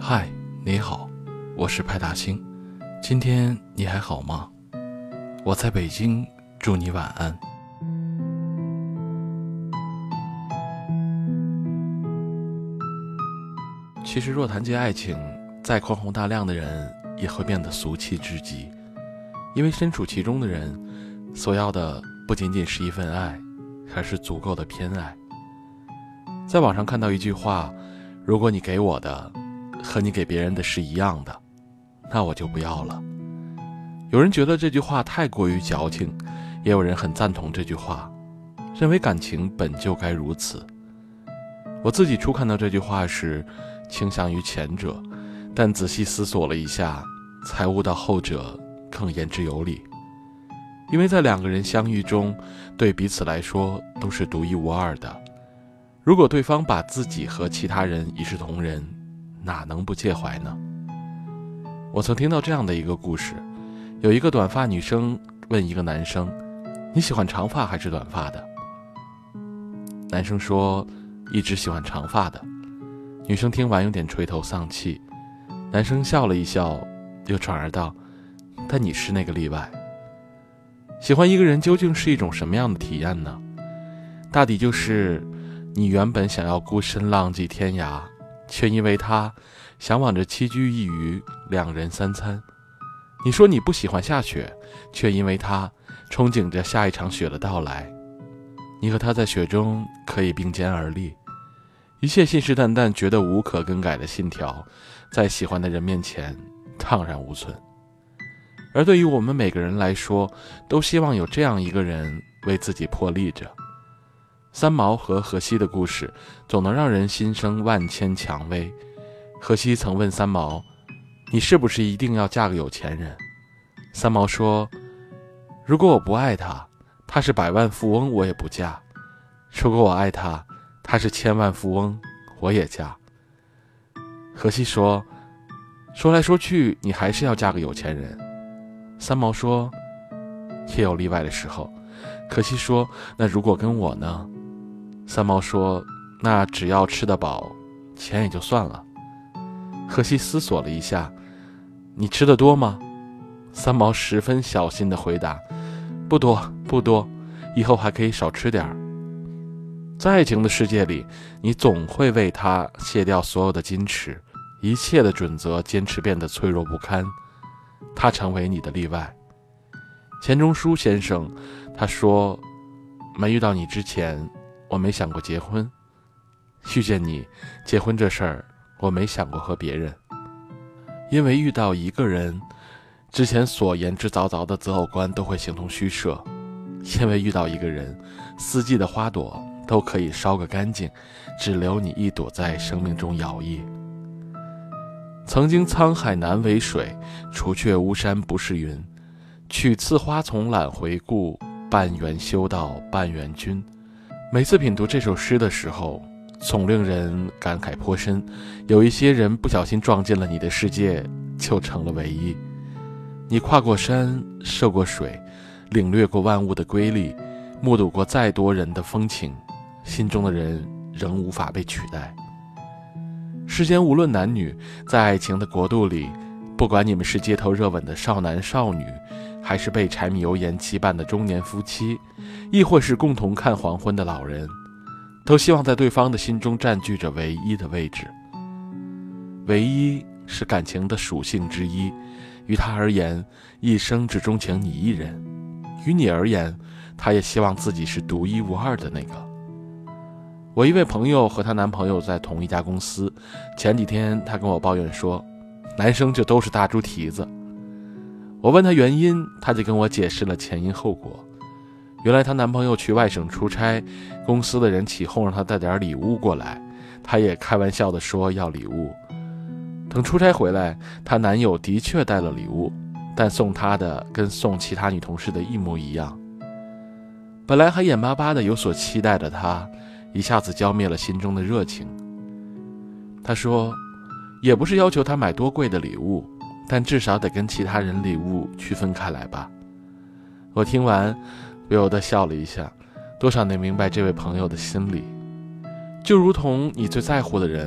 嗨，你好，我是派大星，今天你还好吗？我在北京，祝你晚安。其实若谈及爱情，再宽宏大量的人也会变得俗气至极，因为身处其中的人所要的不仅仅是一份爱，还是足够的偏爱。在网上看到一句话，如果你给我的和你给别人的是一样的，那我就不要了。有人觉得这句话太过于矫情，也有人很赞同这句话，认为感情本就该如此。我自己初看到这句话时倾向于前者，但仔细思索了一下，才悟到后者更言之有理。因为在两个人相遇中，对彼此来说都是独一无二的，如果对方把自己和其他人一视同仁，哪能不介怀呢？我曾听到这样的一个故事，有一个短发女生问一个男生，你喜欢长发还是短发的？男生说，一直喜欢长发的。女生听完有点垂头丧气，男生笑了一笑，又转而道，但你是那个例外。喜欢一个人究竟是一种什么样的体验呢？大抵就是你原本想要孤身浪迹天涯，却因为他向往着栖居一隅，两人三餐。你说你不喜欢下雪，却因为他憧憬着下一场雪的到来。你和他在雪中可以并肩而立，一切信誓旦旦觉得无可更改的信条，在喜欢的人面前荡然无存。而对于我们每个人来说，都希望有这样一个人为自己破例着。三毛和荷西的故事总能让人心生万千蔷薇。荷西曾问三毛，你是不是一定要嫁个有钱人？三毛说，如果我不爱他，他是百万富翁我也不嫁；如果我爱他，他是千万富翁我也嫁。荷西说，说来说去你还是要嫁个有钱人。三毛说，也有例外的时候。荷西说，那如果跟我呢？三毛说，那只要吃得饱，钱也就算了。荷西思索了一下，你吃得多吗？三毛十分小心地回答，不多不多，以后还可以少吃点儿。在爱情的世界里，你总会为他卸掉所有的矜持，一切的准则坚持变得脆弱不堪，他成为你的例外。钱钟书先生他说，没遇到你之前，我没想过结婚；遇见你，结婚这事儿，我没想过和别人。因为遇到一个人，之前所言之凿凿的择偶观都会形同虚设；因为遇到一个人，四季的花朵都可以烧个干净，只留你一朵在生命中摇曳。曾经沧海难为水，除却巫山不是云。取次花丛懒回顾，半缘修道半缘君。每次品读这首诗的时候，总令人感慨颇深。有一些人不小心撞进了你的世界，就成了唯一。你跨过山，涉过水，领略过万物的瑰丽，目睹过再多人的风情，心中的人仍无法被取代。世间无论男女，在爱情的国度里，不管你们是街头热吻的少男少女，还是被柴米油盐羁绊的中年夫妻，亦或是共同看黄昏的老人，都希望在对方的心中占据着唯一的位置。唯一是感情的属性之一，于他而言，一生只钟情你一人；于你而言，他也希望自己是独一无二的那个。我一位朋友和她男朋友在同一家公司，前几天她跟我抱怨说，男生就都是大猪蹄子。我问她原因，她就跟我解释了前因后果。原来她男朋友去外省出差，公司的人起哄让她带点礼物过来，她也开玩笑地说要礼物。等出差回来，她男友的确带了礼物，但送她的跟送其他女同事的一模一样。本来还眼巴巴的有所期待的她，一下子浇灭了心中的热情。她说，也不是要求她买多贵的礼物，但至少得跟其他人礼物区分开来吧。我听完不由得笑了一下，多少能明白这位朋友的心理。就如同你最在乎的人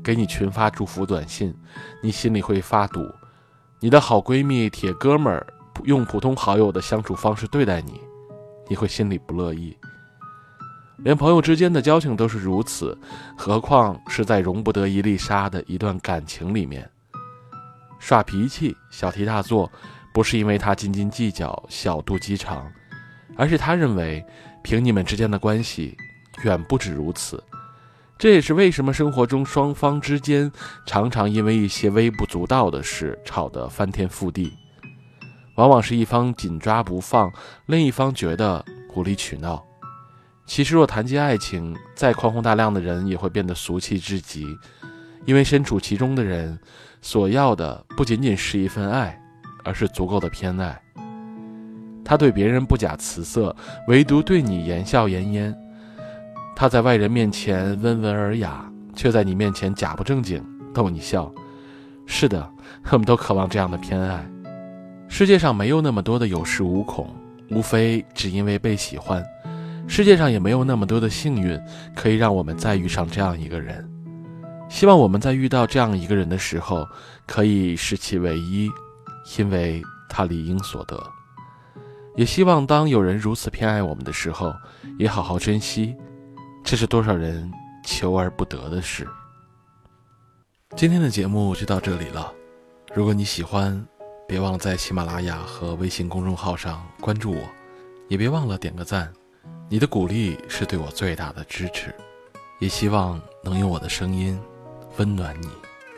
给你群发祝福短信，你心里会发堵；你的好闺蜜、铁哥们儿用普通好友的相处方式对待你，你会心里不乐意。连朋友之间的交情都是如此，何况是在容不得一粒沙的一段感情里面。耍脾气、小题大做，不是因为他斤斤计较、小肚鸡肠，而是他认为凭你们之间的关系远不止如此。这也是为什么生活中双方之间常常因为一些微不足道的事吵得翻天覆地，往往是一方紧抓不放，另一方觉得无理取闹。其实若谈及爱情，再宽宏大量的人也会变得俗气至极，因为身处其中的人所要的不仅仅是一份爱，而是足够的偏爱。他对别人不假辞色，唯独对你言笑晏晏。他在外人面前温文尔雅，却在你面前假不正经，逗你笑。是的，我们都渴望这样的偏爱。世界上没有那么多的有恃无恐，无非只因为被喜欢。世界上也没有那么多的幸运，可以让我们再遇上这样一个人。希望我们在遇到这样一个人的时候，可以视其为一，因为他理应所得。也希望当有人如此偏爱我们的时候，也好好珍惜，这是多少人求而不得的事。今天的节目就到这里了，如果你喜欢，别忘了在喜马拉雅和微信公众号上关注我，也别忘了点个赞，你的鼓励是对我最大的支持，也希望能用我的声音温暖你。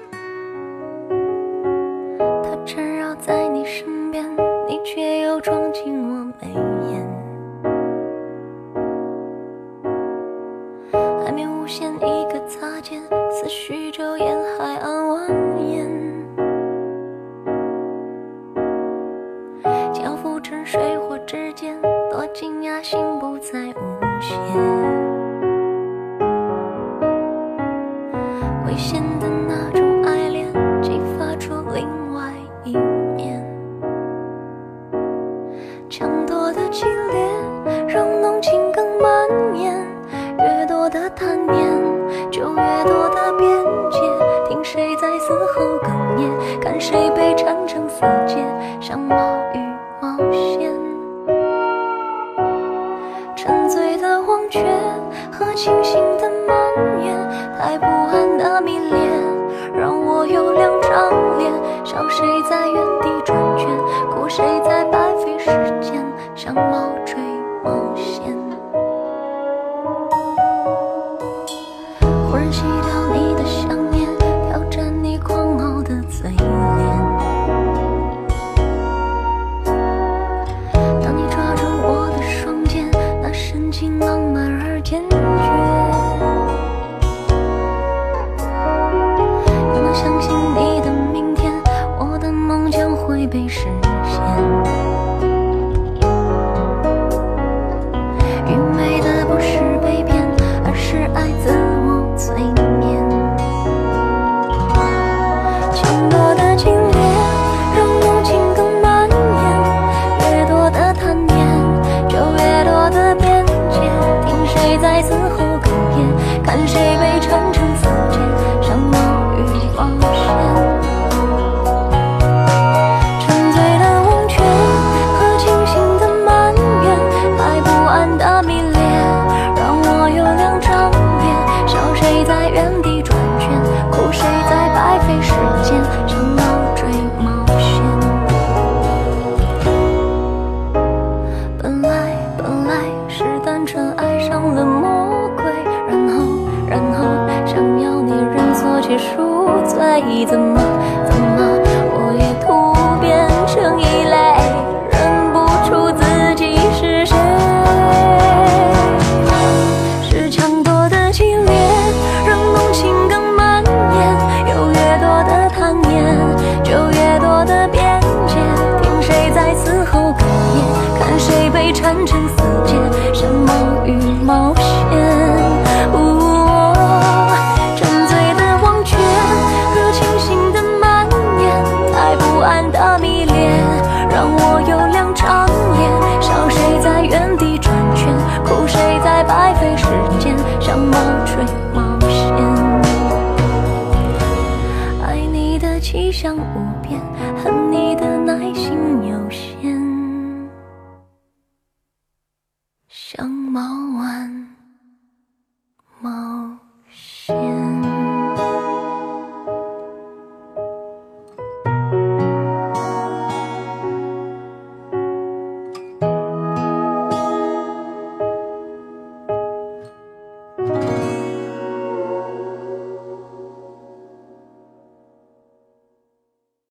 他缠绕在你身边，你却又闯进我眉眼，海面无限一个擦肩，思绪就沿海岸蜿蜒，交付沉水火之间，多惊讶心不再无限，危险的那种爱恋激发出另外一面，强夺的激烈让浓情更蔓延，越多的贪念就越多的边界，听谁在死后哽咽，看谁被缠成死结，像猫与冒险，沉醉的忘却和清醒的蔓延，太不安的迷恋让我有两张脸，笑谁在原地转圈，哭谁在白费时间，像猫追猫线，忽然洗掉你的想念，挑战你狂傲的嘴脸，当你抓住我的双肩，那神情浪漫而坚决，又能相信你的明天，我的梦将会被实现，愚昧的不是被骗，而是爱自我催眠，情多的经烈让浓情更蔓延，越多的贪念就越多的边界，听谁在死后哽咽，看谁被缠成死结，像猫与冒险，沉醉的忘却和清醒的埋怨，太不安的迷恋让我有两张脸，笑谁在原地转圈，哭谁在白费时间，像猫追猫线，本来是单纯爱上了魔鬼，然后想要你认错却赎罪，怎么我也突变成异类，认不出自己是谁，是强夺的激烈让浓情更蔓延，有越多的贪念就越多的边界，听谁在死后哽咽，看谁被缠成死结，像猫与冒险，沉醉的忘却和清醒的蔓延，太不安的迷恋让我有两张脸，笑谁在原地转圈，哭谁在白费时间，像猫追猫线， 气象无边，很